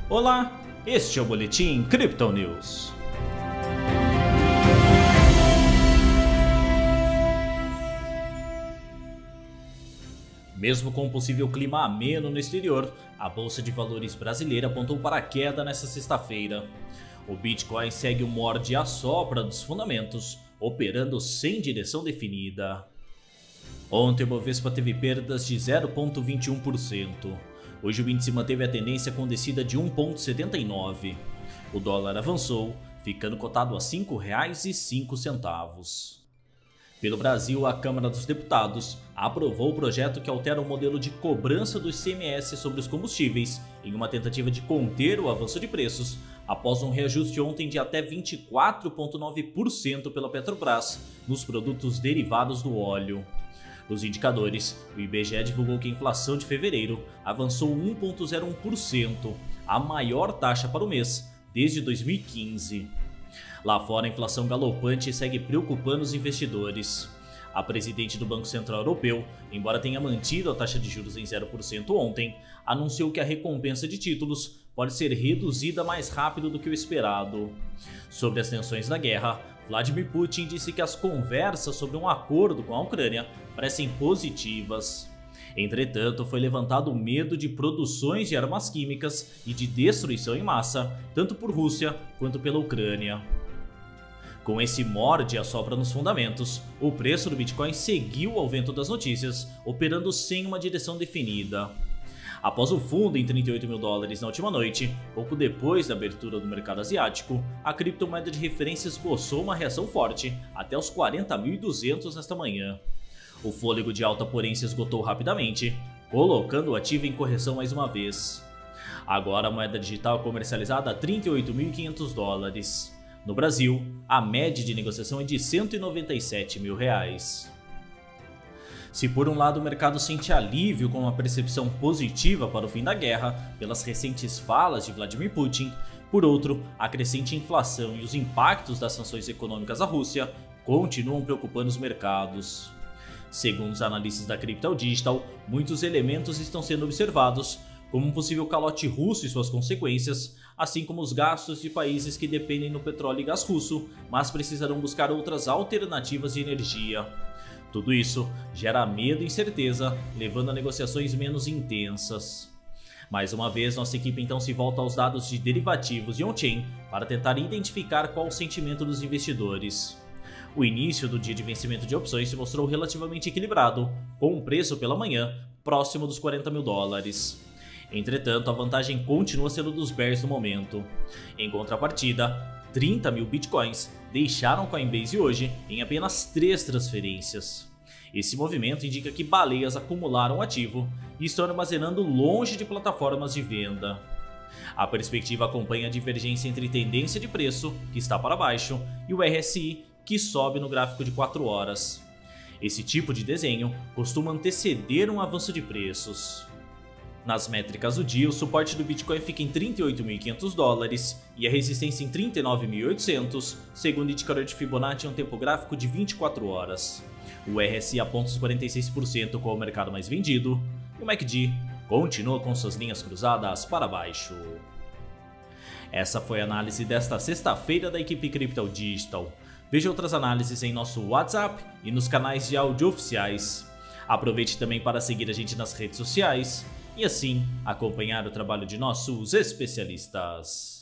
Olá, este é o Boletim Crypto News. Mesmo com um possível clima ameno no exterior, a Bolsa de Valores brasileira apontou para a queda nesta sexta-feira. O Bitcoin segue o morde e assopra dos fundamentos, operando sem direção definida. Ontem o Bovespa teve perdas de 0,21%. Hoje o índice manteve a tendência com descida de 1,79. O dólar avançou, ficando cotado a R$ 5,05. Pelo Brasil, a Câmara dos Deputados aprovou o projeto que altera o modelo de cobrança do ICMS sobre os combustíveis em uma tentativa de conter o avanço de preços, após um reajuste ontem de até 24,9% pela Petrobras nos produtos derivados do óleo. Nos indicadores, o IBGE divulgou que a inflação de fevereiro avançou 1,01%, a maior taxa para o mês desde 2015. Lá fora, a inflação galopante segue preocupando os investidores. A presidente do Banco Central Europeu, embora tenha mantido a taxa de juros em 0% ontem, anunciou que a recompensa de títulos pode ser reduzida mais rápido do que o esperado. Sobre as tensões da guerra, Vladimir Putin disse que as conversas sobre um acordo com a Ucrânia parecem positivas. Entretanto, foi levantado o medo de produções de armas químicas e de destruição em massa, tanto por Rússia quanto pela Ucrânia. Com esse morde e assopra nos fundamentos, o preço do Bitcoin seguiu ao vento das notícias, operando sem uma direção definida. Após o fundo em $38 mil na última noite, pouco depois da abertura do mercado asiático, a criptomoeda de referência esboçou uma reação forte até os 40.200 nesta manhã. O fôlego de alta, porém, se esgotou rapidamente, colocando o ativo em correção mais uma vez. Agora a moeda digital é comercializada a $38.500. No Brasil, a média de negociação é de R$ 197 mil. Se por um lado o mercado sente alívio com uma percepção positiva para o fim da guerra, pelas recentes falas de Vladimir Putin, por outro, a crescente inflação e os impactos das sanções econômicas à Rússia continuam preocupando os mercados. Segundo os analistas da Crypto Digital, muitos elementos estão sendo observados, como um possível calote russo e suas consequências, assim como os gastos de países que dependem do petróleo e gás russo, mas precisarão buscar outras alternativas de energia. Tudo isso gera medo e incerteza, levando a negociações menos intensas. Mais uma vez, nossa equipe então se volta aos dados de derivativos e on-chain para tentar identificar qual o sentimento dos investidores. O início do dia de vencimento de opções se mostrou relativamente equilibrado, com um preço pela manhã próximo dos $40 mil. Entretanto, a vantagem continua sendo dos bears no momento. Em contrapartida, 30 mil bitcoins deixaram Coinbase hoje em apenas 3 transferências. Esse movimento indica que baleias acumularam o ativo e estão armazenando longe de plataformas de venda. A perspectiva acompanha a divergência entre tendência de preço, que está para baixo, e o RSI, que sobe no gráfico de 4 horas. Esse tipo de desenho costuma anteceder um avanço de preços. Nas métricas do dia, o suporte do Bitcoin fica em $38.500 e a resistência em 39.800, segundo o indicador de Fibonacci em um tempo gráfico de 24 horas. O RSI aponta os 46% como o mercado mais vendido, e o MACD continua com suas linhas cruzadas para baixo. Essa foi a análise desta sexta-feira da equipe Crypto Digital. Veja outras análises em nosso WhatsApp e nos canais de áudio oficiais. Aproveite também para seguir a gente nas redes sociais e assim acompanhar o trabalho de nossos especialistas.